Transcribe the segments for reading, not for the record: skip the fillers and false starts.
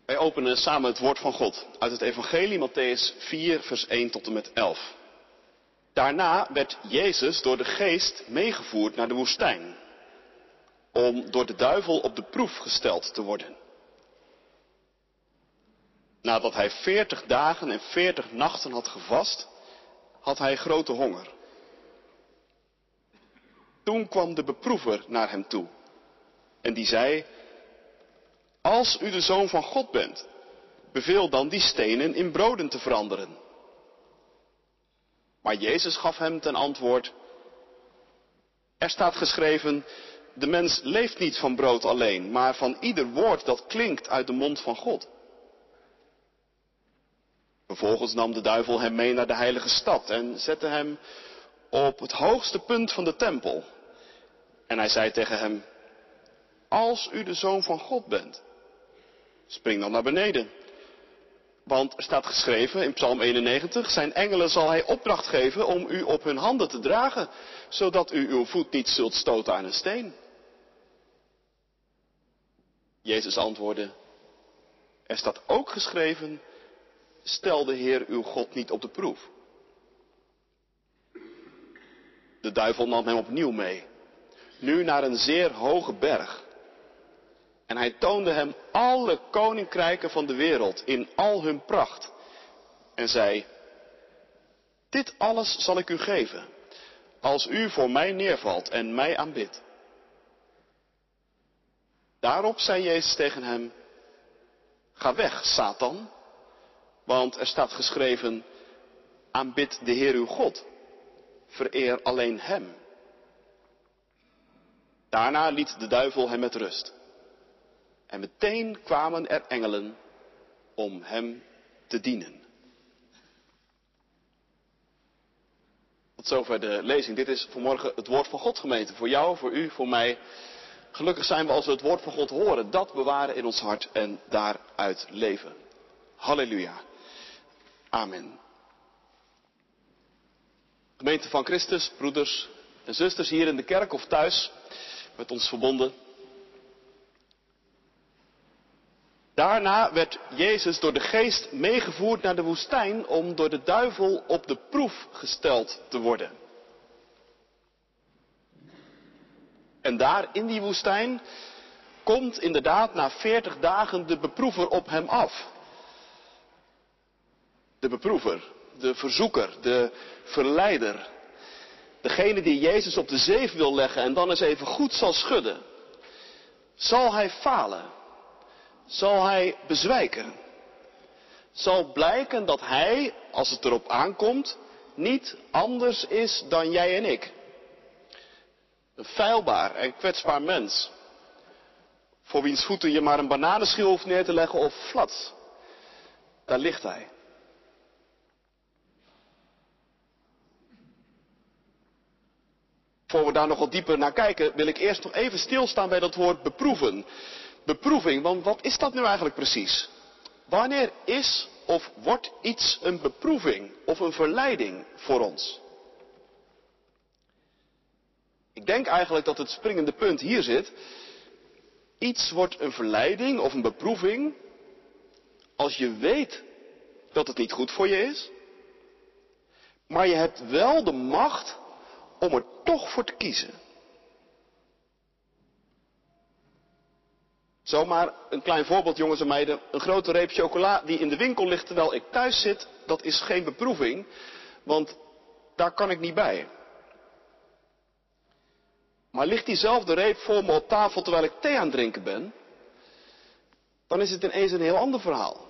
Wij openen samen het woord van God uit het evangelie Mattheüs 4 vers 1 tot en met 11. Daarna werd Jezus door de geest meegevoerd naar de woestijn, om door de duivel op de proef gesteld te worden. Nadat hij 40 dagen en 40 nachten had gevast, had hij grote honger. Toen kwam de beproever naar hem toe en die zei: Als u de Zoon van God bent, beveel dan die stenen in broden te veranderen. Maar Jezus gaf hem ten antwoord: Er staat geschreven, de mens leeft niet van brood alleen, maar van ieder woord dat klinkt uit de mond van God. Vervolgens nam de duivel hem mee naar de heilige stad en zette hem op het hoogste punt van de tempel. En hij zei tegen hem: Als u de Zoon van God bent, spring dan naar beneden. Want er staat geschreven in Psalm 91, zijn engelen zal hij opdracht geven om u op hun handen te dragen, zodat u uw voet niet zult stoten aan een steen. Jezus antwoordde: Er staat ook geschreven, stel de Heer uw God niet op de proef. De duivel nam hem opnieuw mee, nu naar een zeer hoge berg. En hij toonde hem alle koninkrijken van de wereld in al hun pracht. En zei: Dit alles zal ik u geven, als u voor mij neervalt en mij aanbidt. Daarop zei Jezus tegen hem: Ga weg, Satan, want er staat geschreven, aanbid de Heer uw God, vereer alleen hem. Daarna liet de duivel hem met rust. En meteen kwamen er engelen om hem te dienen. Tot zover de lezing. Dit is vanmorgen het woord van God, gemeente. Voor jou, voor u, voor mij. Gelukkig zijn we als we het woord van God horen. Dat bewaren in ons hart en daaruit leven. Halleluja. Amen. Gemeente van Christus, broeders en zusters hier in de kerk of thuis met ons verbonden. Daarna werd Jezus door de geest meegevoerd naar de woestijn om door de duivel op de proef gesteld te worden. En daar in die woestijn komt inderdaad na 40 dagen de beproever op hem af. De beproever, de verzoeker, de verleider. Degene die Jezus op de zeef wil leggen en dan eens even goed zal schudden. Zal hij falen? Zal hij bezwijken? Zal blijken dat hij, als het erop aankomt, niet anders is dan jij en ik. Een feilbaar en kwetsbaar mens. Voor wiens voeten je maar een bananenschil hoeft neer te leggen of flats. Daar ligt hij. Voor we daar nog wat dieper naar kijken, wil ik eerst nog even stilstaan bij dat woord beproeven. Beproeving, want wat is dat nu eigenlijk precies? Wanneer is of wordt iets een beproeving of een verleiding voor ons? Ik denk eigenlijk dat het springende punt hier zit. Iets wordt een verleiding of een beproeving als je weet dat het niet goed voor je is. Maar je hebt wel de macht om er toch voor te kiezen. Zomaar een klein voorbeeld, jongens en meiden. Een grote reep chocola die in de winkel ligt terwijl ik thuis zit, dat is geen beproeving, want daar kan ik niet bij. Maar ligt diezelfde reep voor me op tafel terwijl ik thee aan het drinken ben, dan is het ineens een heel ander verhaal.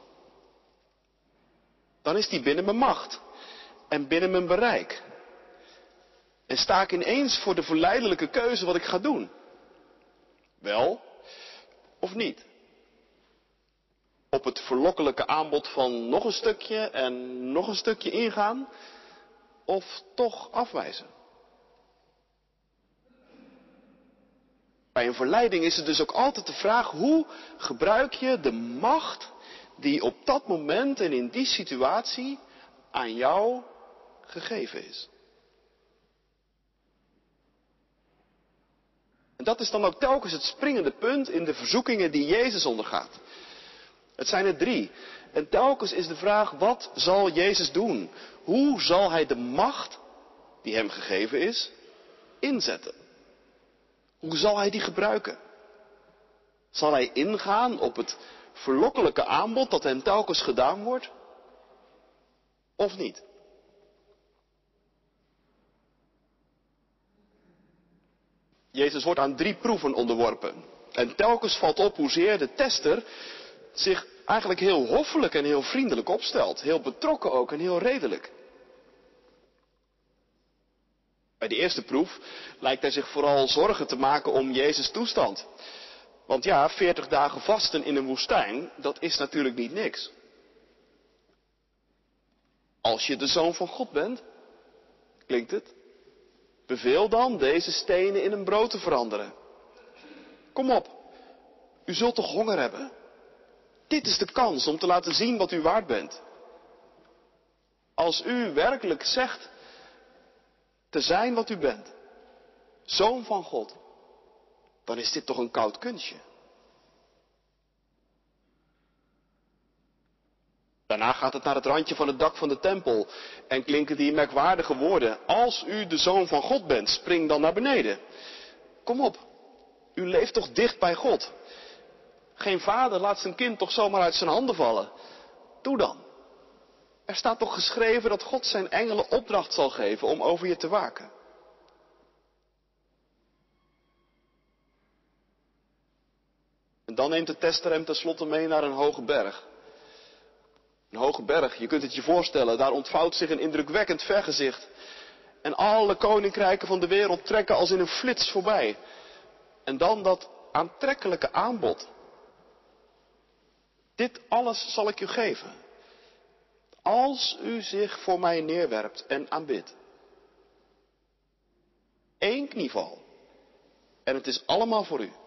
Dan is die binnen mijn macht en binnen mijn bereik. En sta ik ineens voor de verleidelijke keuze wat ik ga doen. Wel of niet? Op het verlokkelijke aanbod van nog een stukje en nog een stukje ingaan? Of toch afwijzen? Bij een verleiding is het dus ook altijd de vraag, hoe gebruik je de macht die op dat moment en in die situatie aan jou gegeven is? En dat is dan ook telkens het springende punt in de verzoekingen die Jezus ondergaat. Het zijn er 3. En telkens is de vraag, wat zal Jezus doen? Hoe zal hij de macht die hem gegeven is, inzetten? Hoe zal hij die gebruiken? Zal hij ingaan op het verlokkelijke aanbod dat hem telkens gedaan wordt? Of niet? Jezus wordt aan 3 proeven onderworpen. En telkens valt op hoezeer de tester zich eigenlijk heel hoffelijk en heel vriendelijk opstelt. Heel betrokken ook en heel redelijk. Bij de eerste proef lijkt hij zich vooral zorgen te maken om Jezus' toestand. Want ja, 40 dagen vasten in een woestijn, dat is natuurlijk niet niks. Als je de Zoon van God bent, klinkt het, beveel dan deze stenen in een brood te veranderen. Kom op, u zult toch honger hebben? Dit is de kans om te laten zien wat u waard bent. Als u werkelijk zegt te zijn wat u bent, Zoon van God, dan is dit toch een koud kunstje. Daarna gaat het naar het randje van het dak van de tempel en klinken die merkwaardige woorden: als u de Zoon van God bent, spring dan naar beneden. Kom op, u leeft toch dicht bij God. Geen vader laat zijn kind toch zomaar uit zijn handen vallen. Doe dan. Er staat toch geschreven dat God zijn engelen opdracht zal geven om over je te waken. En dan neemt de tester hem tenslotte mee naar een hoge berg. Een hoge berg, je kunt het je voorstellen, daar ontvouwt zich een indrukwekkend vergezicht. En alle koninkrijken van de wereld trekken als in een flits voorbij. En dan dat aantrekkelijke aanbod. Dit alles zal ik u geven. Als u zich voor mij neerwerpt en aanbidt. 1 knieval. En het is allemaal voor u.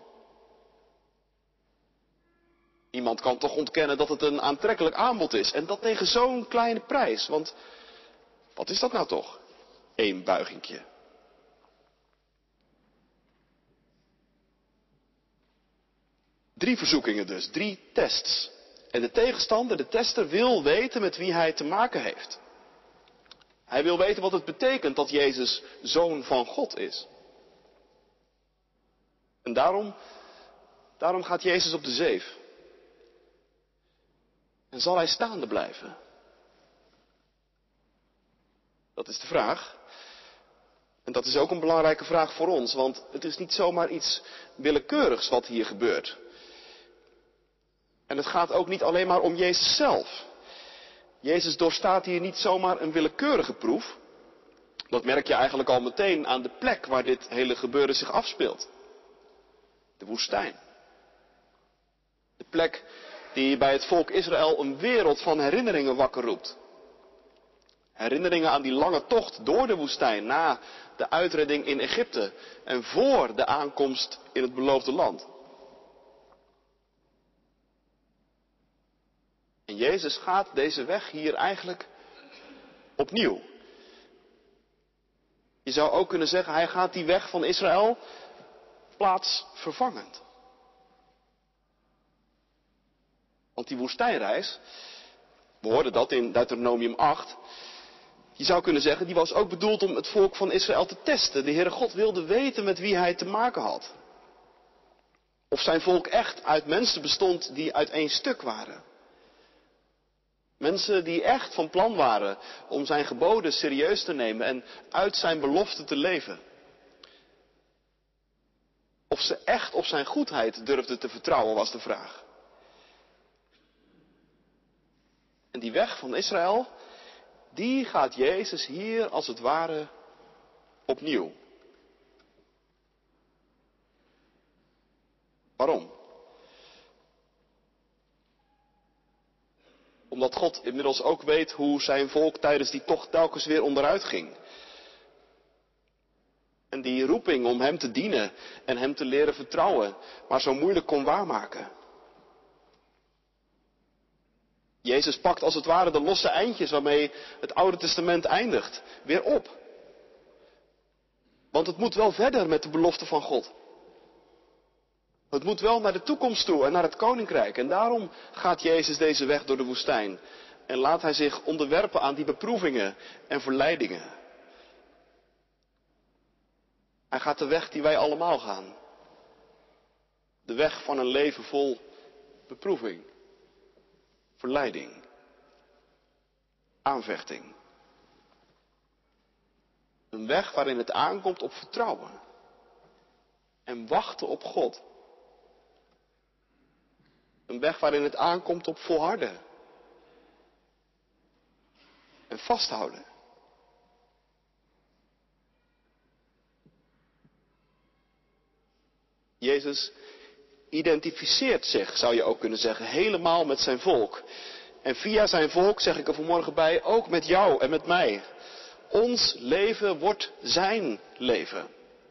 Iemand kan toch ontkennen dat het een aantrekkelijk aanbod is. En dat tegen zo'n kleine prijs. Want wat is dat nou toch? 1 buigingje. Drie verzoekingen dus. 3 tests. En de tegenstander, de tester, wil weten met wie hij te maken heeft. Hij wil weten wat het betekent dat Jezus Zoon van God is. En daarom gaat Jezus op de zeef. En zal hij staande blijven? Dat is de vraag. En dat is ook een belangrijke vraag voor ons, want het is niet zomaar iets willekeurigs wat hier gebeurt. En het gaat ook niet alleen maar om Jezus zelf. Jezus doorstaat hier niet zomaar een willekeurige proef. Dat merk je eigenlijk al meteen aan de plek waar dit hele gebeuren zich afspeelt. De woestijn. De plek die bij het volk Israël een wereld van herinneringen wakker roept. Herinneringen aan die lange tocht door de woestijn na de uitredding in Egypte en voor de aankomst in het beloofde land. En Jezus gaat deze weg hier eigenlijk opnieuw. Je zou ook kunnen zeggen, hij gaat die weg van Israël plaatsvervangend. Want die woestijnreis, we hoorden dat in Deuteronomium 8, je zou kunnen zeggen, die was ook bedoeld om het volk van Israël te testen. De Heere God wilde weten met wie hij te maken had. Of zijn volk echt uit mensen bestond die uit één stuk waren. Mensen die echt van plan waren om zijn geboden serieus te nemen en uit zijn belofte te leven. Of ze echt op zijn goedheid durfden te vertrouwen, was de vraag. En die weg van Israël, die gaat Jezus hier als het ware opnieuw. Waarom? Omdat God inmiddels ook weet hoe zijn volk tijdens die tocht telkens weer onderuit ging. En die roeping om hem te dienen en hem te leren vertrouwen, maar zo moeilijk kon waarmaken. Jezus pakt als het ware de losse eindjes waarmee het Oude Testament eindigt, weer op. Want het moet wel verder met de belofte van God. Het moet wel naar de toekomst toe en naar het koninkrijk. En daarom gaat Jezus deze weg door de woestijn. En laat hij zich onderwerpen aan die beproevingen en verleidingen. Hij gaat de weg die wij allemaal gaan. De weg van een leven vol beproeving, verleiding, aanvechting. Een weg waarin het aankomt op vertrouwen en wachten op God. Een weg waarin het aankomt op volharden en vasthouden. Jezus identificeert zich, zou je ook kunnen zeggen, helemaal met zijn volk. En via zijn volk, zeg ik er vanmorgen bij, ook met jou en met mij. Ons leven wordt zijn leven.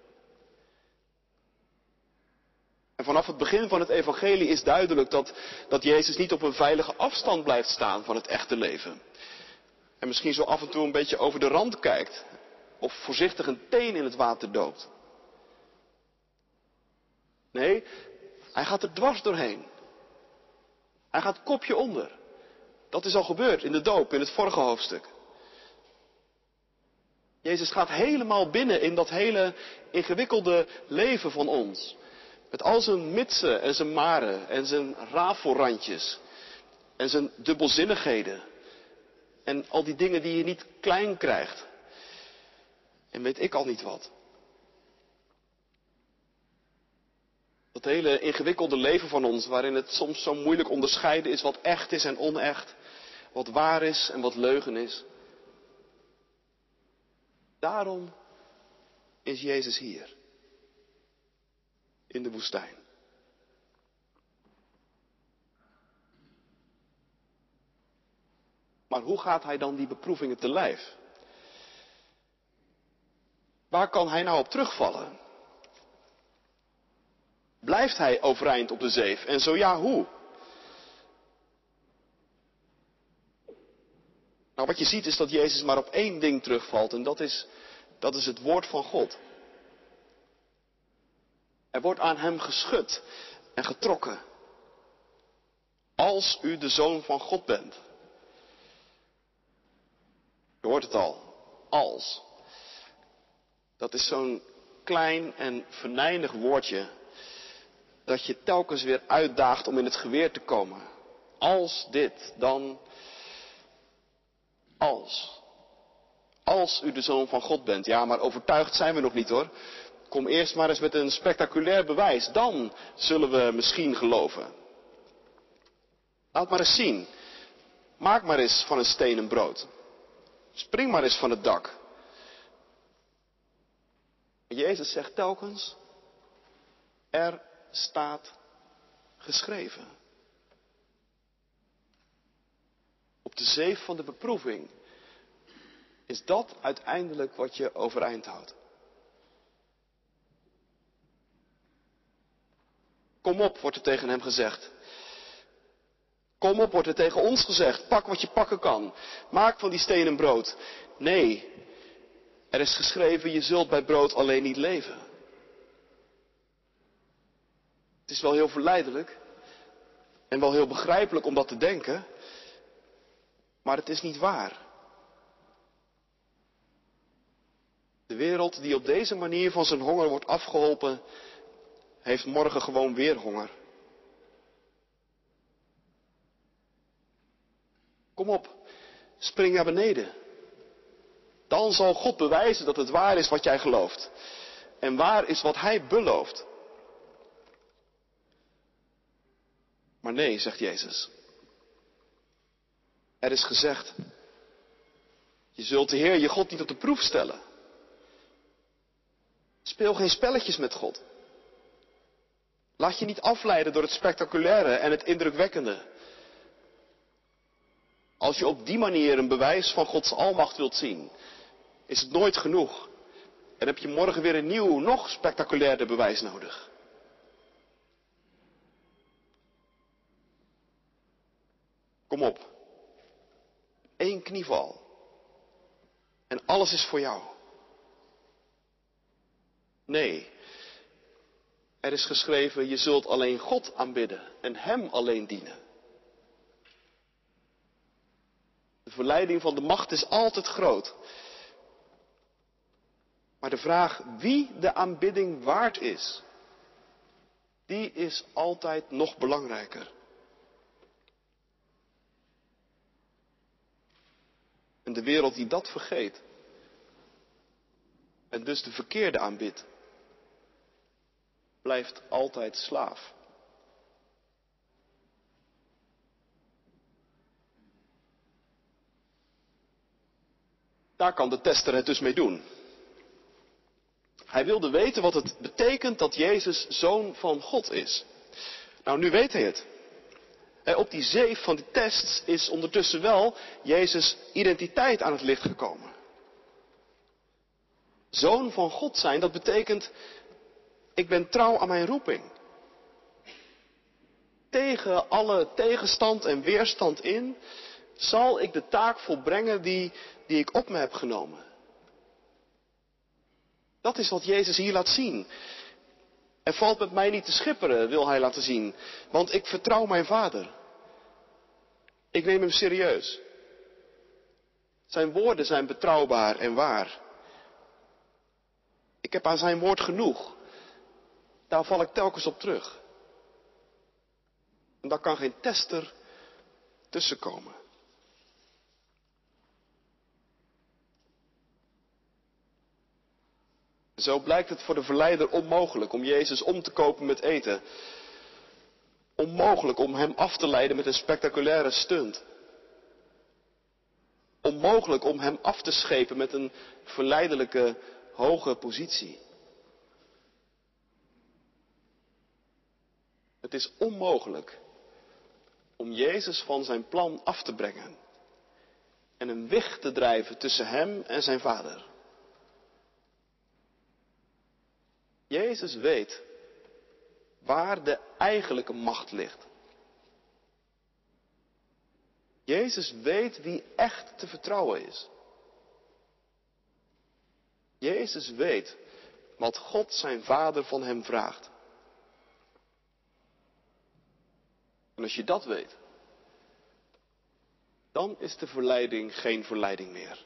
En vanaf het begin van het evangelie is duidelijk dat Jezus niet op een veilige afstand blijft staan van het echte leven. En misschien zo af en toe een beetje over de rand kijkt. Of voorzichtig een teen in het water doopt. Nee, hij gaat er dwars doorheen. Hij gaat kopje onder. Dat is al gebeurd in de doop, in het vorige hoofdstuk. Jezus gaat helemaal binnen in dat hele ingewikkelde leven van ons. Met al zijn mitsen en zijn maren en zijn rafelrandjes. En zijn dubbelzinnigheden. En al die dingen die je niet klein krijgt. En weet ik al niet wat. Dat hele ingewikkelde leven van ons, waarin het soms zo moeilijk onderscheiden is wat echt is en onecht. Wat waar is en wat leugen is. Daarom is Jezus hier. In de woestijn. Maar hoe gaat hij dan die beproevingen te lijf? Waar kan hij nou op terugvallen? Blijft hij overeind op de zeef? En zo ja, hoe? Nou, wat je ziet is dat Jezus maar op één ding terugvalt. En dat is het woord van God. Er wordt aan hem geschud en getrokken. Als u de Zoon van God bent. Je hoort het al. Als. Dat is zo'n klein en venijnig woordje. Dat je telkens weer uitdaagt om in het geweer te komen. Als dit, dan als. Als u de Zoon van God bent. Ja, maar overtuigd zijn we nog niet hoor. Kom eerst maar eens met een spectaculair bewijs. Dan zullen we misschien geloven. Laat maar eens zien. Maak maar eens van een steen een brood. Spring maar eens van het dak. Jezus zegt telkens. Er staat geschreven. Op de zeef van de beproeving is dat uiteindelijk wat je overeind houdt. Kom op, wordt er tegen hem gezegd. Kom op, wordt er tegen ons gezegd. Pak wat je pakken kan. Maak van die steen een brood. Nee, er is geschreven, je zult bij brood alleen niet leven. Het is wel heel verleidelijk en wel heel begrijpelijk om dat te denken, maar het is niet waar. De wereld die op deze manier van zijn honger wordt afgeholpen, heeft morgen gewoon weer honger. Kom op, spring naar beneden. Dan zal God bewijzen dat het waar is wat jij gelooft. En waar is wat hij belooft. Maar nee, zegt Jezus. Er is gezegd, je zult de Heer je God niet op de proef stellen. Speel geen spelletjes met God. Laat je niet afleiden door het spectaculaire en het indrukwekkende. Als je op die manier een bewijs van Gods almacht wilt zien, is het nooit genoeg. En heb je morgen weer een nieuw, nog spectaculairder bewijs nodig. Kom op. 1 knieval. En alles is voor jou. Nee. Er is geschreven, je zult alleen God aanbidden en Hem alleen dienen. De verleiding van de macht is altijd groot. Maar de vraag wie de aanbidding waard is, die is altijd nog belangrijker. En de wereld die dat vergeet, en dus de verkeerde aanbidt, blijft altijd slaaf. Daar kan de tester het dus mee doen. Hij wilde weten wat het betekent dat Jezus zoon van God is. Nou, nu weet hij het. Op die zeef van die tests is ondertussen wel Jezus' identiteit aan het licht gekomen. Zoon van God zijn, dat betekent, ik ben trouw aan mijn roeping. Tegen alle tegenstand en weerstand in, zal ik de taak volbrengen die ik op me heb genomen. Dat is wat Jezus hier laat zien. Er valt met mij niet te schipperen, wil hij laten zien. Want ik vertrouw mijn Vader. Ik neem hem serieus. Zijn woorden zijn betrouwbaar en waar. Ik heb aan zijn woord genoeg. Daar val ik telkens op terug. En daar kan geen tester tussenkomen. Zo blijkt het voor de verleider onmogelijk om Jezus om te kopen met eten. Onmogelijk om hem af te leiden met een spectaculaire stunt. Onmogelijk om hem af te schepen met een verleidelijke hoge positie. Het is onmogelijk om Jezus van zijn plan af te brengen en een weg te drijven tussen hem en zijn Vader. Jezus weet waar de eigenlijke macht ligt. Jezus weet wie echt te vertrouwen is. Jezus weet wat God zijn Vader van hem vraagt. En als je dat weet, dan is de verleiding geen verleiding meer.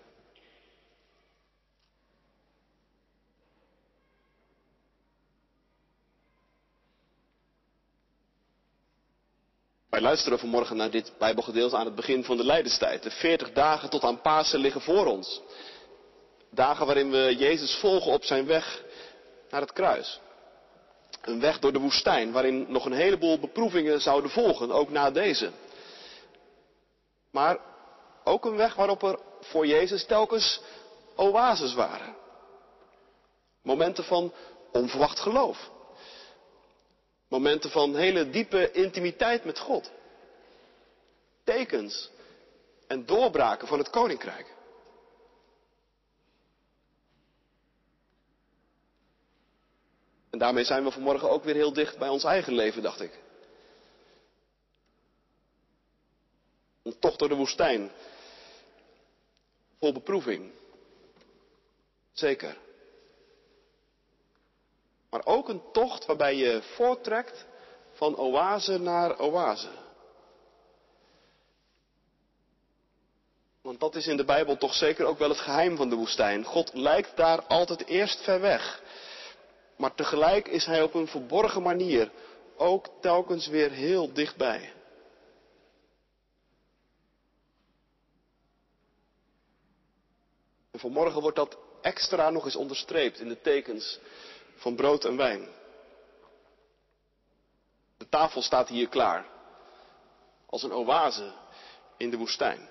Wij luisteren vanmorgen naar dit Bijbelgedeelte aan het begin van de lijdenstijd. De 40 dagen tot aan Pasen liggen voor ons. Dagen waarin we Jezus volgen op zijn weg naar het kruis. Een weg door de woestijn waarin nog een heleboel beproevingen zouden volgen, ook na deze. Maar ook een weg waarop er voor Jezus telkens oases waren. Momenten van onverwacht geloof. Momenten van hele diepe intimiteit met God. Tekens en doorbraken van het koninkrijk. En daarmee zijn we vanmorgen ook weer heel dicht bij ons eigen leven, dacht ik. Een tocht door de woestijn. Vol beproeving. Zeker. Maar ook een tocht waarbij je voorttrekt van oase naar oase. Want dat is in de Bijbel toch zeker ook wel het geheim van de woestijn. God lijkt daar altijd eerst ver weg. Maar tegelijk is hij op een verborgen manier ook telkens weer heel dichtbij. En vanmorgen wordt dat extra nog eens onderstreept in de tekens van brood en wijn. De tafel staat hier klaar. Als een oase in de woestijn.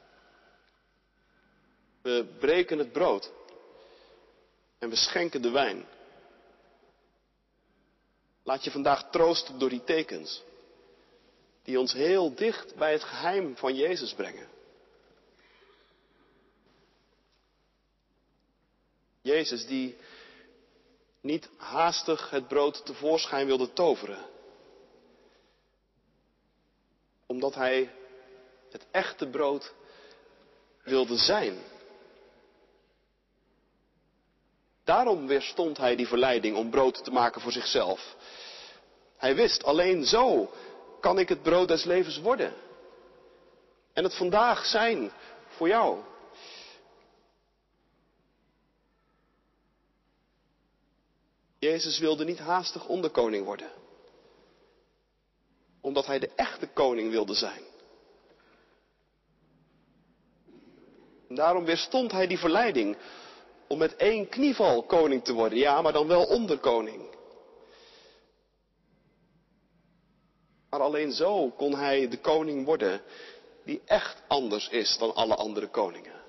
We breken het brood. En we schenken de wijn. Laat je vandaag troosten door die tekens. Die ons heel dicht bij het geheim van Jezus brengen. Jezus die niet haastig het brood tevoorschijn wilde toveren. Omdat hij het echte brood wilde zijn. Daarom weerstond hij die verleiding om brood te maken voor zichzelf. Hij wist, alleen zo kan ik het brood des levens worden. En het vandaag zijn voor jou. Jezus wilde niet haastig onderkoning worden. Omdat hij de echte koning wilde zijn. En daarom weerstond hij die verleiding om met één knieval koning te worden. Ja, maar dan wel onderkoning. Maar alleen zo kon hij de koning worden die echt anders is dan alle andere koningen.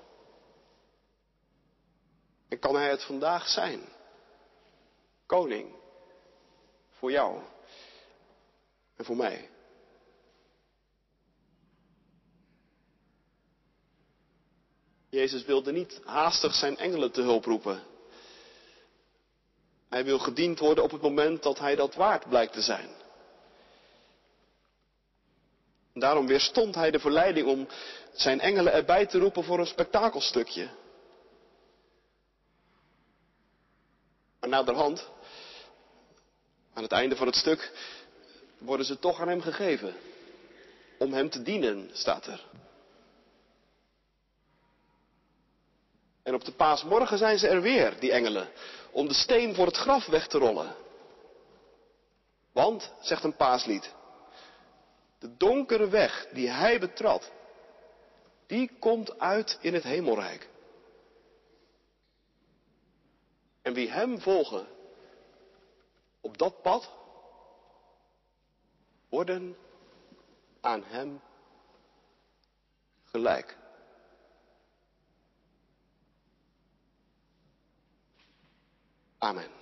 En kan hij het vandaag zijn. Koning. Voor jou. En voor mij. Jezus wilde niet haastig zijn engelen te hulp roepen. Hij wil gediend worden op het moment dat hij dat waard blijkt te zijn. En daarom weerstond hij de verleiding om zijn engelen erbij te roepen voor een spektakelstukje. Maar naderhand, aan het einde van het stuk, worden ze toch aan hem gegeven. Om hem te dienen, staat er. En op de paasmorgen zijn ze er weer, die engelen, om de steen voor het graf weg te rollen. Want, zegt een paaslied, de donkere weg die hij betrad, die komt uit in het hemelrijk. En wie hem volgen op dat pad, worden aan hem gelijk. Amen.